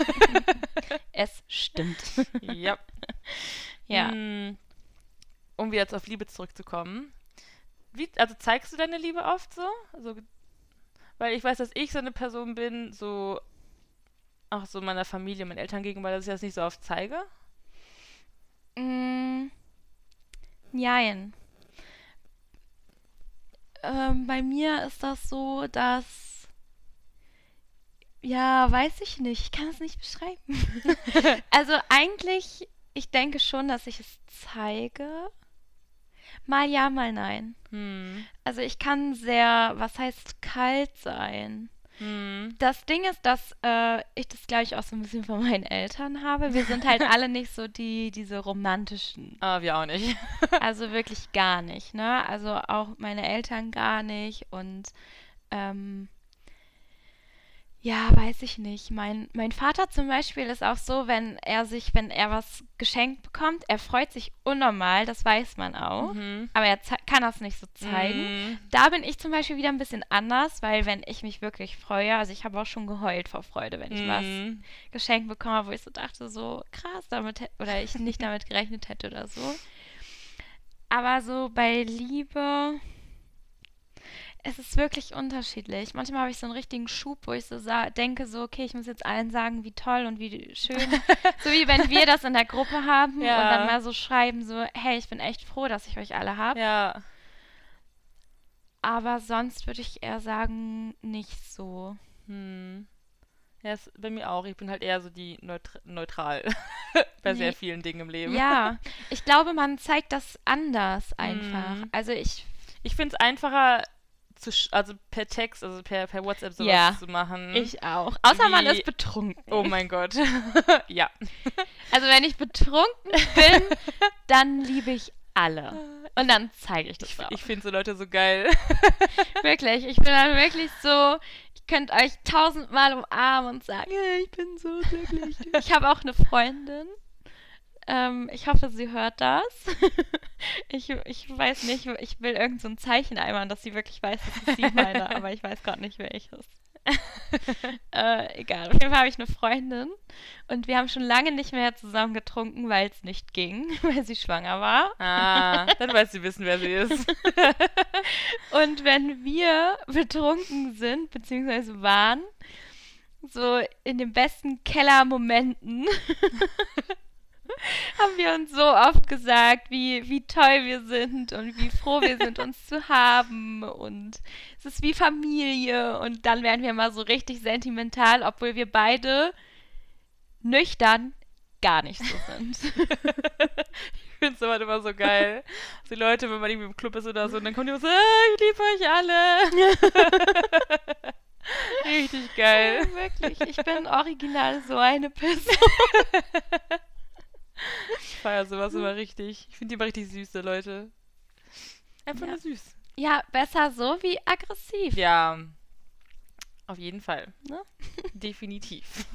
Es stimmt.
Ja.
Ja.
Mm, Um wieder jetzt auf Liebe zurückzukommen. Wie, also zeigst du deine Liebe oft so? Also, weil ich weiß, dass ich so eine Person bin, so auch so meiner Familie, meinen Eltern gegenüber, dass ich das nicht so oft zeige.
Mm, Jein. Ähm, bei mir ist das so, dass, ja, weiß ich nicht, ich kann es nicht beschreiben. Also eigentlich, ich denke schon, dass ich es zeige. Mal ja, mal nein.
Hm.
Also ich kann sehr, was heißt kalt sein?
Hm.
Das Ding ist, dass äh, ich das, glaube ich, auch so ein bisschen von meinen Eltern habe. Wir sind halt alle nicht so die, diese romantischen.
Aber wir auch nicht.
Also wirklich gar nicht, ne? Also auch meine Eltern gar nicht. Und ähm, ja, weiß ich nicht. Mein, mein Vater zum Beispiel ist auch so, wenn er sich, wenn er was geschenkt bekommt, er freut sich unnormal, das weiß man auch.
Mhm.
Aber er ze- kann das nicht so zeigen.
Mhm.
Da bin ich zum Beispiel wieder ein bisschen anders, weil wenn ich mich wirklich freue, also ich habe auch schon geheult vor Freude, wenn ich was
Mhm.
geschenkt bekomme, wo ich so dachte, so krass, damit hätte, oder ich nicht damit gerechnet hätte oder so. Aber so bei Liebe, es ist wirklich unterschiedlich. Manchmal habe ich so einen richtigen Schub, wo ich so sa- denke, so, okay, ich muss jetzt allen sagen, wie toll und wie schön. So wie wenn wir das in der Gruppe haben
Ja.
und dann mal so schreiben, so, hey, ich bin echt froh, dass ich euch alle habe.
Ja.
Aber sonst würde ich eher sagen, nicht so.
Hm. Ja, ist bei mir auch. Ich bin halt eher so die neutr neutral bei sehr
Nee.
vielen Dingen im Leben.
Ja, ich glaube, man zeigt das anders einfach.
Mhm.
Also ich,
Ich finde es einfacher, zu sch also per Text, also per, per WhatsApp sowas
Ja.
zu machen.
ich auch. Außer man
Wie-
ist betrunken.
Oh mein Gott. Ja.
Also wenn ich betrunken bin, dann liebe ich alle. Und dann zeige ich das
Ich,
auch.
ich finde so Leute so geil.
Wirklich, ich bin dann wirklich so, ich könnte euch tausendmal umarmen und sagen, hey, ich bin so glücklich. Ich habe auch eine Freundin. Ähm, ich hoffe, sie hört das. ich, ich weiß nicht, ich will irgend so ein Zeichen einmal, dass sie wirklich weiß, dass ich sie meine, aber ich weiß gerade nicht welches. äh, egal, auf jeden Fall habe ich eine Freundin und wir haben schon lange nicht mehr zusammen getrunken, weil es nicht ging, weil sie schwanger war.
Ah, dann weißt du wissen, wer sie ist.
Und wenn wir betrunken sind, beziehungsweise waren, so in den besten Kellermomenten, haben wir uns so oft gesagt, wie, wie toll wir sind und wie froh wir sind, uns zu haben. Und es ist wie Familie. Und dann werden wir mal so richtig sentimental, obwohl wir beide nüchtern gar nicht so sind.
Ich finde es aber immer so geil. Die Leute, wenn man irgendwie im Club ist oder so, und dann kommen die immer so, ah, ich liebe euch alle. Richtig geil.
Ja, wirklich, ich bin original so eine Person.
Ich feiere sowas immer richtig. Ich finde die immer richtig süß, die Leute. Einfach
Ja.
nur süß.
Ja, besser so wie aggressiv.
Ja, auf jeden Fall.
Ne?
Definitiv.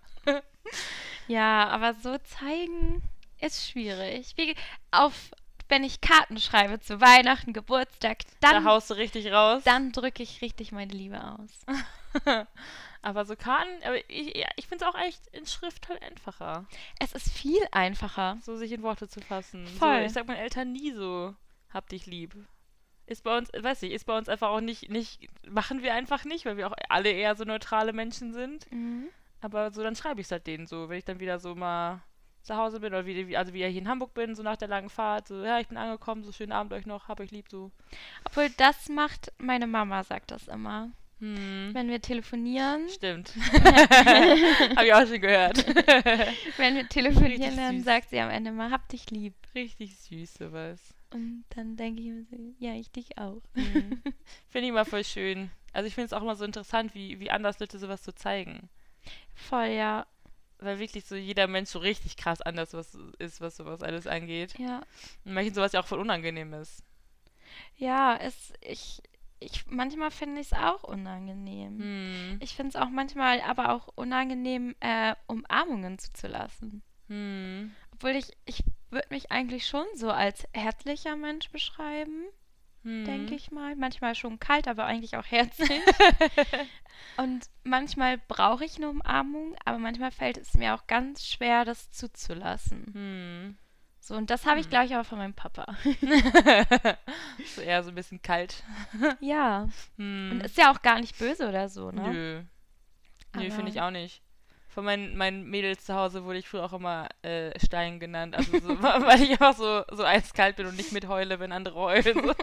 Ja, aber so zeigen ist schwierig. Wie, auf, wenn ich Karten schreibe zu Weihnachten, Geburtstag,
Da
dann,
haust du richtig raus.
dann drücke ich richtig meine Liebe aus.
Aber so Karten, aber ich, ja, ich finde es auch echt in Schrift halt einfacher,
Es ist viel einfacher.
so sich in Worte zu fassen.
Voll.
So, ich sag meinen Eltern nie so, hab dich lieb. Ist bei uns, weiß ich, ist bei uns einfach auch nicht, nicht, machen wir einfach nicht, weil wir auch alle eher so neutrale Menschen sind.
Mhm.
Aber so, dann schreibe ich es halt denen so, wenn ich dann wieder so mal zu Hause bin oder wie, wie- also wieder hier in Hamburg bin, so nach der langen Fahrt, so, ja, ich bin angekommen, so schönen Abend euch noch, hab euch lieb, so.
Obwohl das macht, meine Mama sagt das immer.
Hm.
Wenn wir telefonieren,
Stimmt. Hab ich auch schon gehört.
wenn wir telefonieren,
Richtig
dann
süß.
sagt sie am Ende mal, hab dich lieb.
Richtig süß, sowas.
Und dann denke ich mir so, ja, ich dich auch.
Mhm. Finde ich immer voll schön. Also ich finde es auch immer so interessant, wie, wie anders Leute sowas so zeigen.
Voll, ja.
Weil wirklich so jeder Mensch so richtig krass anders was ist, was sowas alles angeht.
Ja.
Und manchen sowas ja auch voll unangenehm ist.
Ja, es, ich, ich, manchmal finde ich es auch unangenehm.
Hm.
Ich finde es auch manchmal aber auch unangenehm, äh, Umarmungen zuzulassen.
Hm.
Obwohl ich, ich würde mich eigentlich schon so als herzlicher Mensch beschreiben,
Hm.
denke ich mal. Manchmal schon kalt, aber eigentlich auch herzlich. Und manchmal brauche ich eine Umarmung, aber manchmal fällt es mir auch ganz schwer, das zuzulassen.
Hm.
So, und das habe ich,
Hm.
glaube ich, aber von meinem Papa.
So eher so ein bisschen kalt.
Ja.
Hm.
Und ist ja auch gar nicht böse oder so, ne?
Nö. Nö,
Aber-
finde ich auch nicht. Von meinen, meinen Mädels zu Hause wurde ich früher auch immer äh, Stein genannt. Also so, weil ich einfach so, so eiskalt bin und nicht mitheule, wenn andere heulen. So.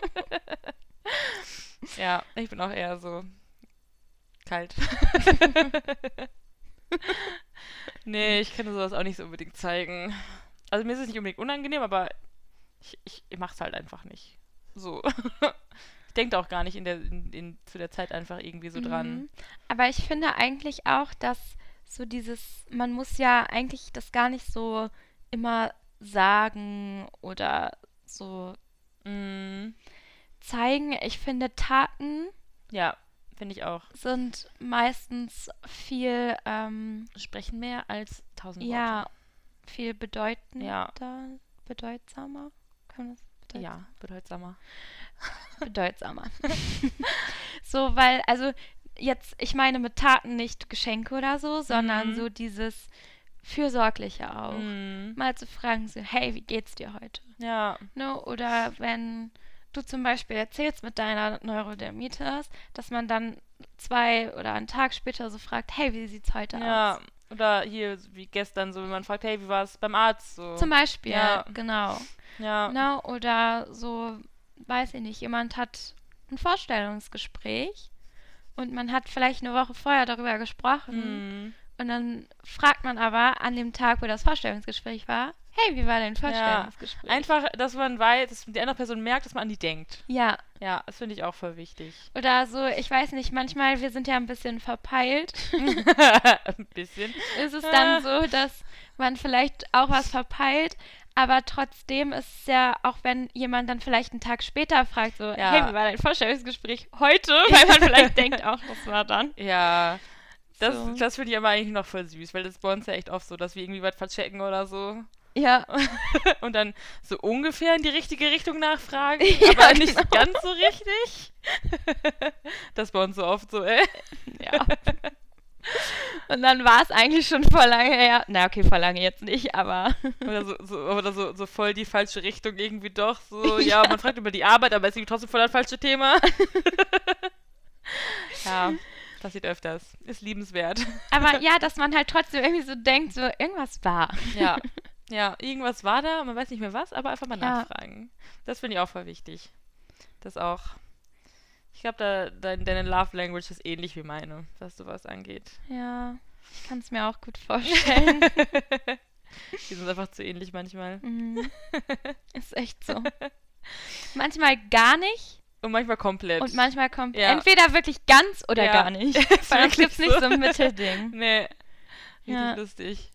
Ja, ich bin auch eher so kalt. Nee, ich kann sowas auch nicht so unbedingt zeigen. Also mir ist es nicht unbedingt unangenehm, aber ich, ich, ich mach's halt einfach nicht. So. Ich denke da auch gar nicht in der, in, in, zu der Zeit einfach irgendwie so dran.
Mhm. Aber ich finde eigentlich auch, dass so dieses, man muss ja eigentlich das gar nicht so immer sagen oder so
Mm,
zeigen. Ich finde, Taten
ja, finde ich auch.
sind meistens viel, ähm,
Sprechen mehr als tausend Worte.
ja, viel bedeutender,
Ja.
bedeutsamer. Kann man das bedeuten?
Ja, bedeutsamer.
Bedeutsamer. So, weil, also jetzt, ich meine mit Taten nicht Geschenke oder so, sondern
Mhm.
so dieses Fürsorgliche auch.
Mm,
Mal zu fragen, so, hey, wie geht's dir heute?
ja,
Ne? Oder wenn du zum Beispiel erzählst mit deiner Neurodermitis, dass man dann zwei oder einen Tag später so fragt, hey, wie sieht's heute
ja.
aus?
Oder hier, wie gestern, so, wenn man fragt, hey, wie war es beim Arzt? So.
Zum Beispiel,
Ja.
genau.
Ja.
Ne? Oder so, weiß ich nicht, jemand hat ein Vorstellungsgespräch und man hat vielleicht eine Woche vorher darüber gesprochen
Mm,
und dann fragt man aber an dem Tag, wo das Vorstellungsgespräch war, hey, wie war dein Vorstellungsgespräch?
einfach, dass man weiß, dass die andere Person merkt, dass man an die denkt.
Ja,
Ja, das finde ich auch voll wichtig.
oder so, ich weiß nicht, manchmal, wir sind ja ein bisschen verpeilt,
Ein bisschen.
ist es dann so, dass man vielleicht auch was verpeilt, aber trotzdem ist es ja, auch wenn jemand dann vielleicht einen Tag später fragt, so,
Ja.
hey, wie war dein Vorstellungsgespräch heute? Weil man vielleicht denkt auch, das war dann.
Ja, das,
So.
das finde ich aber eigentlich noch voll süß, weil das ist bei uns ja echt oft so, dass wir irgendwie was verchecken oder so.
Ja.
Und dann so ungefähr in die richtige Richtung nachfragen,
Ja,
aber nicht
genau.
ganz so richtig. Das war uns so oft so, ey.
Ja. Und dann war es eigentlich schon vor lange her. Na, okay, vor lange jetzt nicht, aber.
Oder so, so, oder so, so voll die falsche Richtung irgendwie doch. So, ja, man fragt über die Arbeit, aber ist irgendwie trotzdem voll das falsche Thema. Ja, passiert öfters. Ist liebenswert.
Aber ja, dass man halt trotzdem irgendwie so denkt, so irgendwas war.
Ja, ja, irgendwas war da, man weiß nicht mehr was, aber einfach mal
Ja.
nachfragen. Das finde ich auch voll wichtig. Das auch. Ich glaube, da, da, deine Love Language ist ähnlich wie meine, was sowas angeht.
Ja, ich kann es mir auch gut vorstellen.
Die sind einfach zu ähnlich manchmal.
Mhm. Ist echt so. Manchmal gar nicht
Und manchmal komplett.
und manchmal kommt
Ja.
entweder wirklich ganz oder
Ja.
gar nicht.
Ist
Weil es
wirklich
gibt nicht so ein Mittelding.
Nee. Richtig
Ja.
lustig.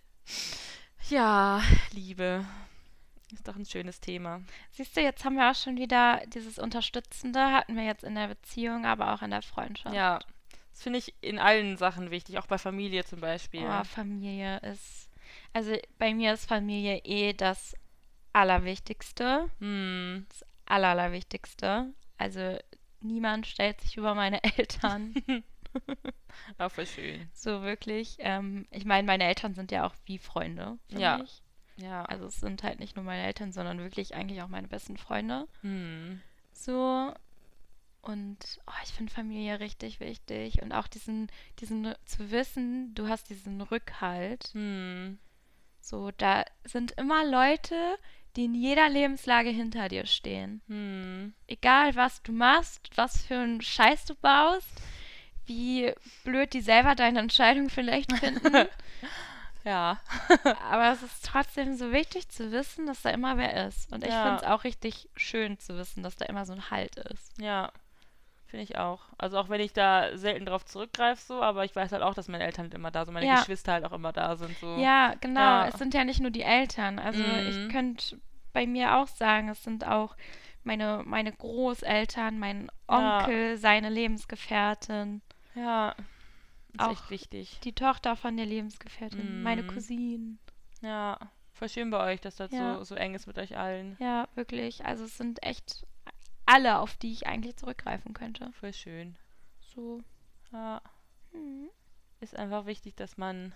Ja, Liebe. Ist doch ein schönes Thema.
Siehst du, jetzt haben wir auch schon wieder dieses Unterstützende, hatten wir jetzt in der Beziehung, aber auch in der Freundschaft.
Ja. Das finde ich in allen Sachen wichtig, auch bei Familie zum Beispiel.
Oh, Familie ist, also bei mir ist Familie eh das Allerwichtigste,
Hm.
das Aller, Allerwichtigste. Also niemand stellt sich über meine Eltern,
Auch voll schön.
so wirklich. Ähm, ich meine, meine Eltern sind ja auch wie Freunde für
Ja.
mich.
Ja.
Also es sind halt nicht nur meine Eltern, sondern wirklich eigentlich auch meine besten Freunde.
Hm.
So. Und oh, ich finde Familie richtig wichtig. Und auch diesen, diesen zu wissen, du hast diesen Rückhalt.
Hm.
So, da sind immer Leute, die in jeder Lebenslage hinter dir stehen.
Hm.
Egal, was du machst, was für einen Scheiß du baust, wie blöd die selber deine Entscheidung vielleicht finden.
Ja.
Aber es ist trotzdem so wichtig zu wissen, dass da immer wer ist. Und ich
Ja.
finde es auch richtig schön zu wissen, dass da immer so ein Halt ist.
Ja. Finde ich auch. Also auch wenn ich da selten drauf zurückgreife, so, aber ich weiß halt auch, dass meine Eltern halt immer da sind, meine
Ja.
Geschwister halt auch immer da sind. So.
Ja, genau.
Ja.
Es sind ja nicht nur die Eltern. Also
Mhm.
ich könnte bei mir auch sagen, es sind auch meine, meine Großeltern, mein
Ja.
Onkel, seine Lebensgefährtin,
Ja. Ist
Auch
echt wichtig.
die Tochter von der Lebensgefährtin,
Mhm.
meine Cousinen.
Ja. Voll schön bei euch, dass das
Ja.
so, so eng ist mit euch allen.
Ja, wirklich. Also es sind echt alle, auf die ich eigentlich zurückgreifen könnte.
Voll schön.
So.
Ja.
Mhm.
Ist einfach wichtig, dass man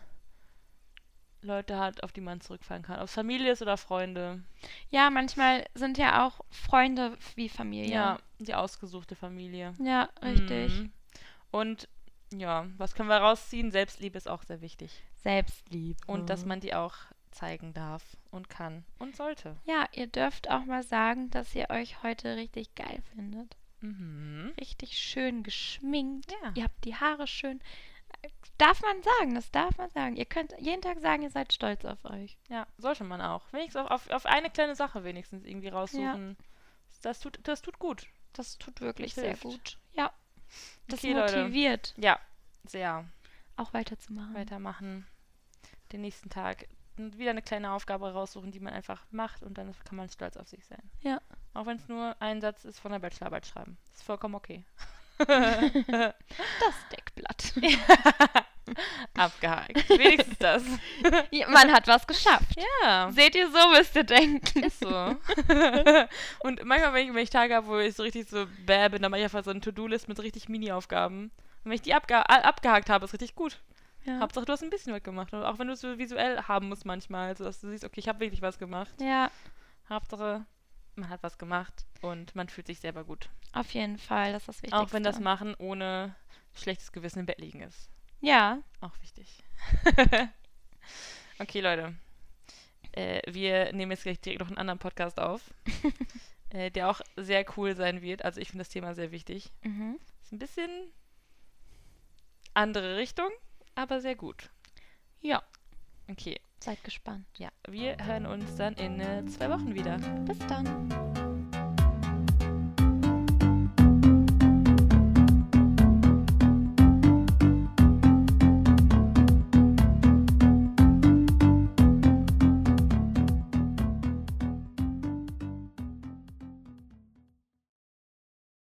Leute hat, auf die man zurückfallen kann. Ob es Familie ist oder Freunde.
Ja, manchmal sind ja auch Freunde wie Familie.
Ja, die ausgesuchte Familie.
Ja, richtig.
Mhm. Und ja, was können wir rausziehen? Selbstliebe ist auch sehr wichtig.
Selbstliebe.
Und dass man die auch zeigen darf und kann und sollte.
Ja, ihr dürft auch mal sagen, dass ihr euch heute richtig geil findet.
Mhm.
Richtig schön geschminkt.
Ja.
Ihr habt die Haare schön. Darf man sagen, das darf man sagen. Ihr könnt jeden Tag sagen, ihr seid stolz auf euch.
Ja, sollte man auch. Wenigstens auf, auf, auf eine kleine Sache wenigstens irgendwie raussuchen. Das tut, das tut gut.
Das tut wirklich
Das
sehr
hilft.
gut. Ja. Das
Okay, Leute.
motiviert,
Ja, sehr.
auch weiterzumachen.
Weitermachen. Den nächsten Tag wieder eine kleine Aufgabe raussuchen, die man einfach macht und dann kann man stolz auf sich sein.
Ja.
Auch wenn es nur ein Satz ist von der Bachelorarbeit schreiben. Ist vollkommen okay.
Das Deckblatt.
Abgehakt. Wenigstens das.
Ja, man hat was geschafft.
Ja.
Seht ihr, so müsst ihr denken.
Ist so. Und manchmal, wenn ich, wenn ich Tage habe, wo ich so richtig so bäh bin, dann mache ich einfach so eine To-Do-List mit so richtig Mini-Aufgaben. Und wenn ich die abge abgehakt habe, ist richtig gut.
Ja.
Hauptsache, du hast ein bisschen was gemacht. Und auch wenn du es so visuell haben musst manchmal, also dass du siehst, okay, ich habe wirklich was gemacht.
Ja,
Hauptsache, man hat was gemacht und man fühlt sich selber gut.
auf jeden Fall, das ist das Wichtigste.
Auch wenn das Machen ohne schlechtes Gewissen im Bett liegen ist.
Ja,
Auch wichtig. Okay, Leute. Äh, wir nehmen jetzt gleich direkt noch einen anderen Podcast auf, äh, der auch sehr cool sein wird. Also ich finde das Thema sehr wichtig.
mhm.
Ist ein bisschen andere Richtung, aber sehr gut.
Ja,
Okay,
seid gespannt.
ja, wir hören uns dann in äh, zwei Wochen wieder.
Bis dann.